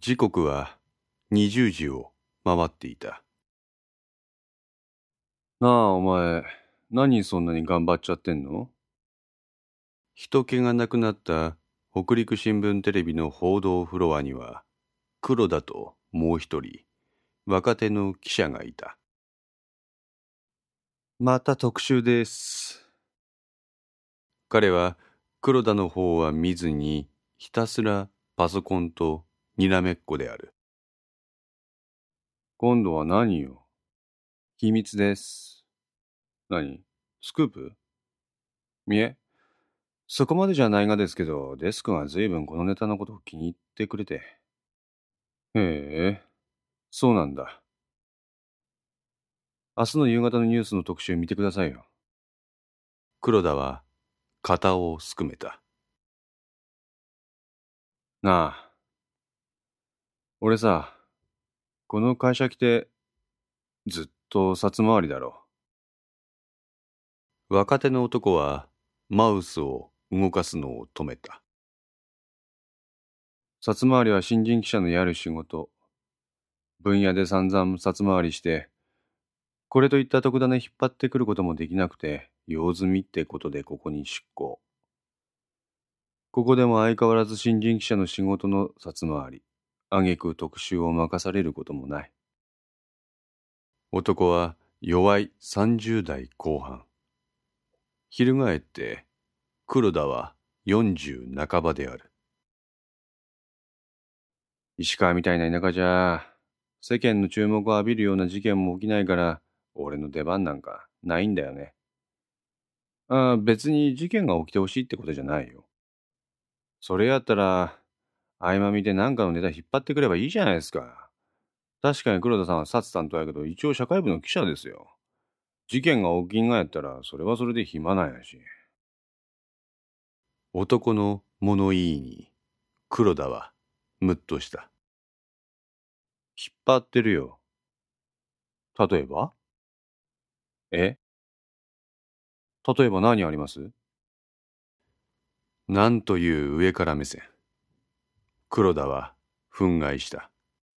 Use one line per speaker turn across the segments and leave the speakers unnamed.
時刻は20時を回っていた。なあ、お前、何そんなに頑張っちゃってんの？人気がなくなった北陸新聞テレビの報道フロアには、黒田ともう一人、若手の記者がいた。また特集です。彼は黒田の方は見ずに、ひたすらパソコンとにらめっこである。今度は何よ？秘密です。何？スクープ？いえ、そこまでじゃないがですけど、デスクが随分このネタのことを気に入ってくれて。へえ、そうなんだ。明日の夕方のニュースの特集見てくださいよ。黒田は肩をすくめた。なあ、俺さ、この会社来てずっと札回りだろ。若手の男はマウスを動かすのを止めた。札回りは新人記者のやる仕事。分野で散々札回りして、これといった特ダネ引っ張ってくることもできなくて、用済みってことでここに出向。ここでも相変わらず新人記者の仕事の札回り、挙句特集を任されることもない。男は弱い30代後半。翻って黒田は40半ばである。石川みたいな田舎じゃ、世間の注目を浴びるような事件も起きないから、俺の出番なんかないんだよね。別に事件が起きてほしいってことじゃないよ。それやったら、合間見て何かのネタ引っ張ってくればいいじゃないですか。確かに黒田さんは札担当やけど、一応社会部の記者ですよ。事件が起きんがやったら、それはそれで暇なんやし。男の物言いに、黒田はムッとした。引っ張ってるよ。例えば？例えば何あります？なんという上から目線。黒田は憤慨した。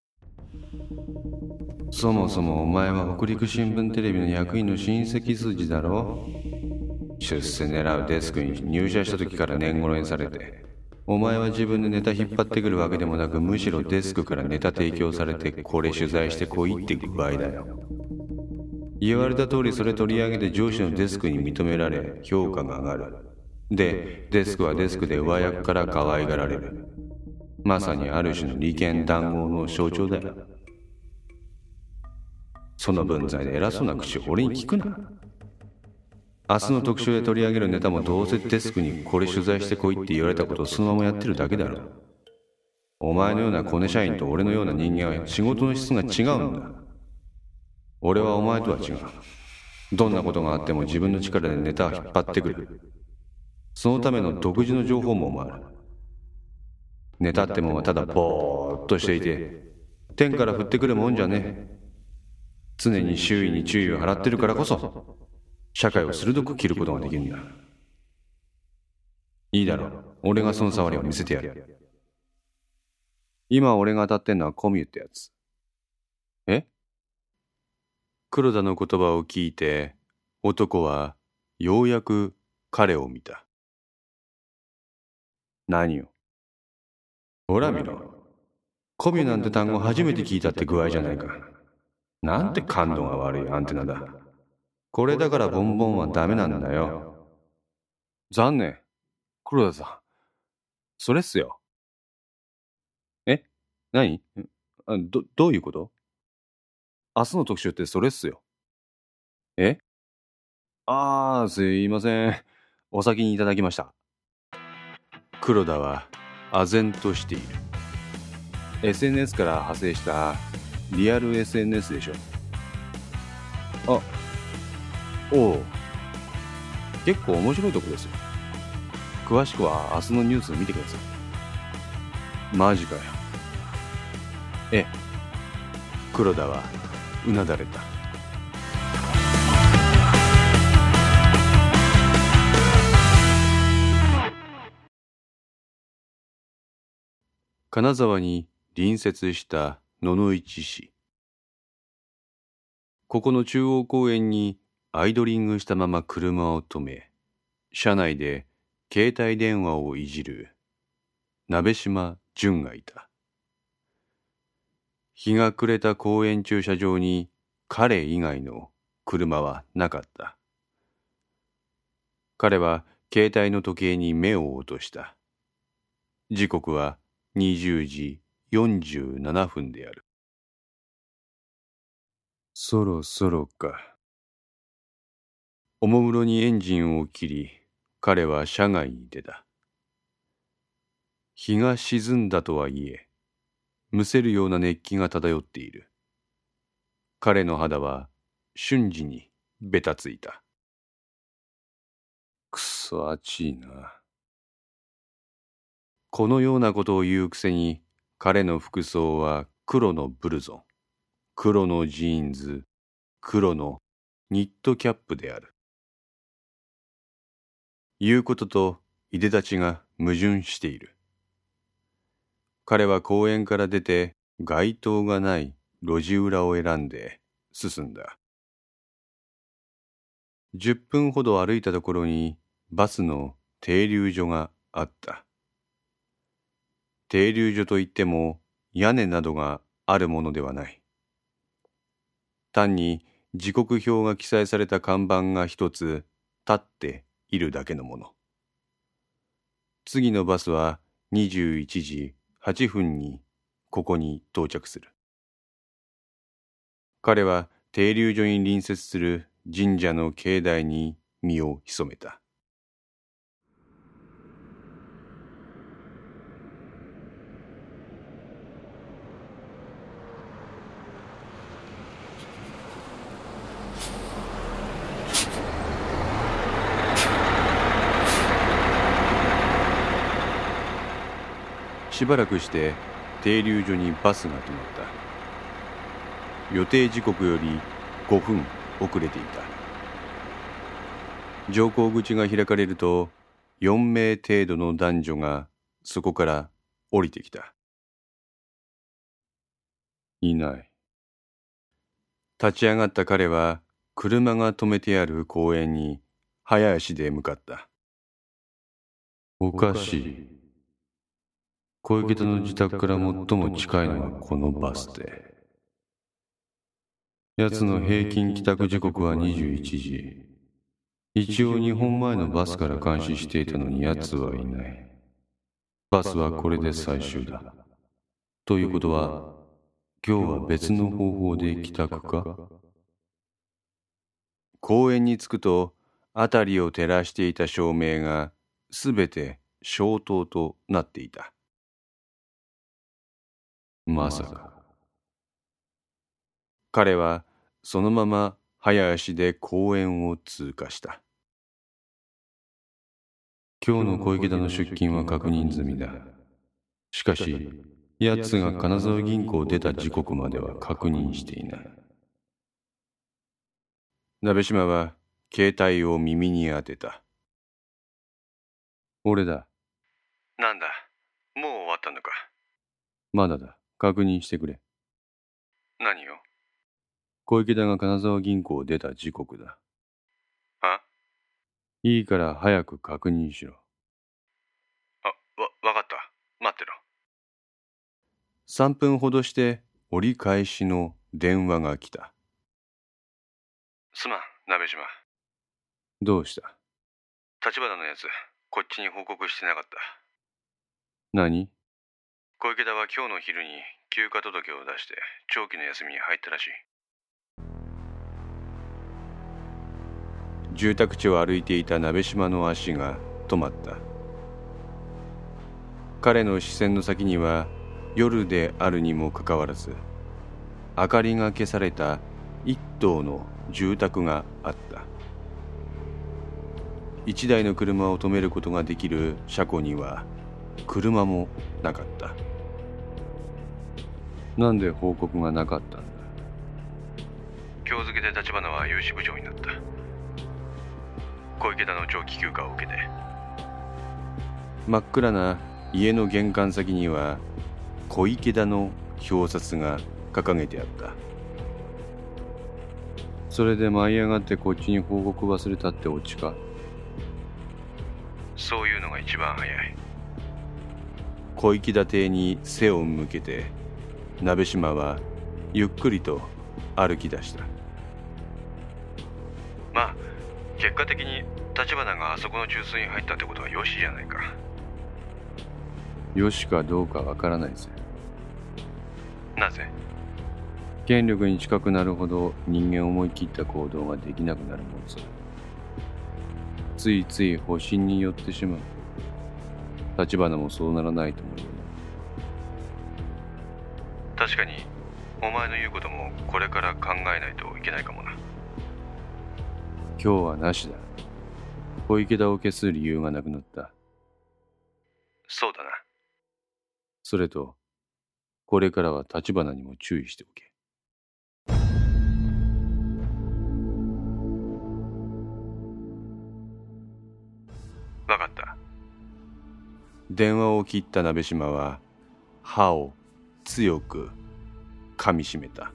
そもそもお前は北陸新聞テレビの役員の親戚筋だろ。出世狙うデスクに入社した時から年頃にされて、お前は自分でネタ引っ張ってくるわけでもなく、むしろデスクからネタ提供されて、これ取材してこいって具合だよ。言われた通りそれ取り上げて上司のデスクに認められ、評価が上がる。で、デスクはデスクで上役から可愛がられる。まさにある種の利権談合の象徴だよ。その分際で偉そうな口を俺に聞くな。明日の特集で取り上げるネタもどうせデスクにこれ取材してこいって言われたことをそのままやってるだけだろ。お前のようなコネ社員と俺のような人間は仕事の質が違うんだ。俺はお前とは違う。どんなことがあっても自分の力でネタを引っ張ってくる。そのための独自の情報網もある。ネタってもんはただぼーっとしていて、天から降ってくるもんじゃねえ。常に周囲に注意を払ってるからこそ、社会を鋭く切ることができるんだ。いいだろう。俺がその触りを見せてやる。今俺が当たってんのはコミュってやつ。黒田の言葉を聞いて、男はようやく彼を見た。何を？ほら見ろ。コミュなんて単語初めて聞いたって具合じゃないか。なんて感度が悪いアンテナだ。これだからボンボンはダメなんだよ。残念。黒田さん。それっすよ。何？どういうこと？明日の特集ってそれっすよ。すいません。お先にいただきました。黒田は唖然としている。SNS から派生したリアル SNS でしょ。おう。結構面白いとこですよ。詳しくは明日のニュース見てください。マジかよ。黒田はうなだれた。金沢に隣接した野々市市。ここの中央公園にアイドリングしたまま車を止め、車内で携帯電話をいじる鍋島淳がいた。日が暮れた公園駐車場に彼以外の車はなかった。彼は携帯の時計に目を落とした。時刻は20時47分である。そろそろか。おもむろにエンジンを切り、彼は車外に出た。日が沈んだとはいえ、むせるような熱気が漂っている。彼の肌は瞬時にべたついた。くそ暑いな。このようなことを言うくせに、彼の服装は黒のブルゾン、黒のジーンズ、黒のニットキャップである。言うことといでたちが矛盾している。彼は公園から出て街灯がない路地裏を選んで進んだ。10分ほど歩いたところにバスの停留所があった。停留所といっても屋根などがあるものではない。単に時刻表が記載された看板が一つ立っているだけのもの。次のバスは21時8分にここに到着する。彼は停留所に隣接する神社の境内に身を潜めた。しばらくして停留所にバスが止まった。予定時刻より5分遅れていた。乗降口が開かれると4名程度の男女がそこから降りてきた。いない。立ち上がった彼は車が止めてある公園に早足で向かった。おかしい。小池田の自宅から最も近いのはこのバス停。奴の平均帰宅時刻は21時。一応日本前のバスから監視していたのに奴はいない。バスはこれで最終だ。ということは、今日は別の方法で帰宅か？公園に着くと、辺りを照らしていた照明がすべて消灯となっていた。まさか。彼はそのまま早足で公園を通過した。今日の小池田の出勤は確認済みだ。しかし、奴が金沢銀行を出た時刻までは確認していない。鍋島は携帯を耳に当てた。俺だ。なんだ、もう終わったのか。まだだ。確認してくれ。何を？小池田が金沢銀行を出た時刻だ。あ？いいから早く確認しろ。わかった。待ってろ。3分ほどして折り返しの電話が来た。すまん、鍋島。どうした？立花のやつ、こっちに報告してなかった。何？小池田は今日の昼に休暇届を出して長期の休みに入ったらしい。住宅地を歩いていた鍋島の足が止まった。彼の視線の先には夜であるにもかかわらず明かりが消された一棟の住宅があった。一台の車を止めることができる車庫には車もなかった。なんで報告がなかったんだ？今日付で立花は融資部長になった。小池田の長期休暇を受けて。真っ暗な家の玄関先には小池田の表札が掲げてあった。それで舞い上がってこっちに報告忘れたってオチか。そういうのが一番早い。小池田邸に背を向けて鍋島はゆっくりと歩き出した。まあ結果的に立花があそこの中枢に入ったってことはよしじゃないか。よしかどうかわからないぜ。なぜ？権力に近くなるほど人間を思い切った行動ができなくなるもんさ。ついつい保身に寄ってしまう。立花もそうならないと思うよな。確かにお前の言うこともこれから考えないといけないかもな。今日はなしだ。小池田を消す理由がなくなった。そうだな。それとこれからは立花にも注意しておけ。わかった。電話を切った鍋島は歯を強く噛みしめた。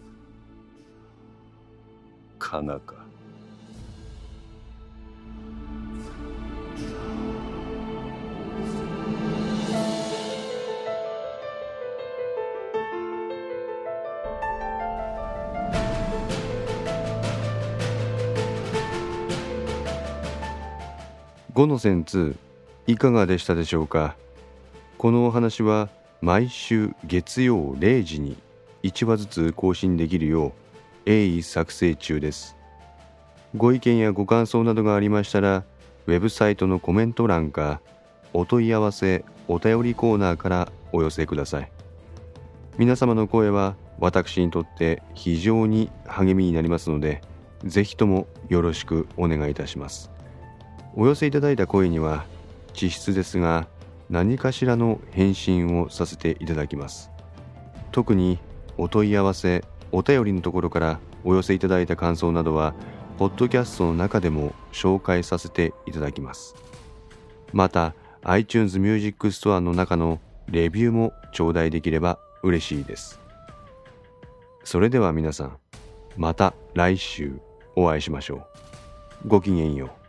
かなか。5の線2いかがでしたでしょうか。このお話は毎週月曜0時に1話ずつ更新できるよう鋭意作成中です。ご意見やご感想などがありましたらウェブサイトのコメント欄かお問い合わせお便りコーナーからお寄せください。皆様の声は私にとって非常に励みになりますのでぜひともよろしくお願いいたします。お寄せいただいた声には地質ですが何かしらの返信をさせていただきます。特にお問い合わせお便りのところからお寄せいただいた感想などはポッドキャストの中でも紹介させていただきます。また iTunes Music Store の中のレビューも頂戴できれば嬉しいです。それでは皆さんまた来週お会いしましょう。ごきげんよう。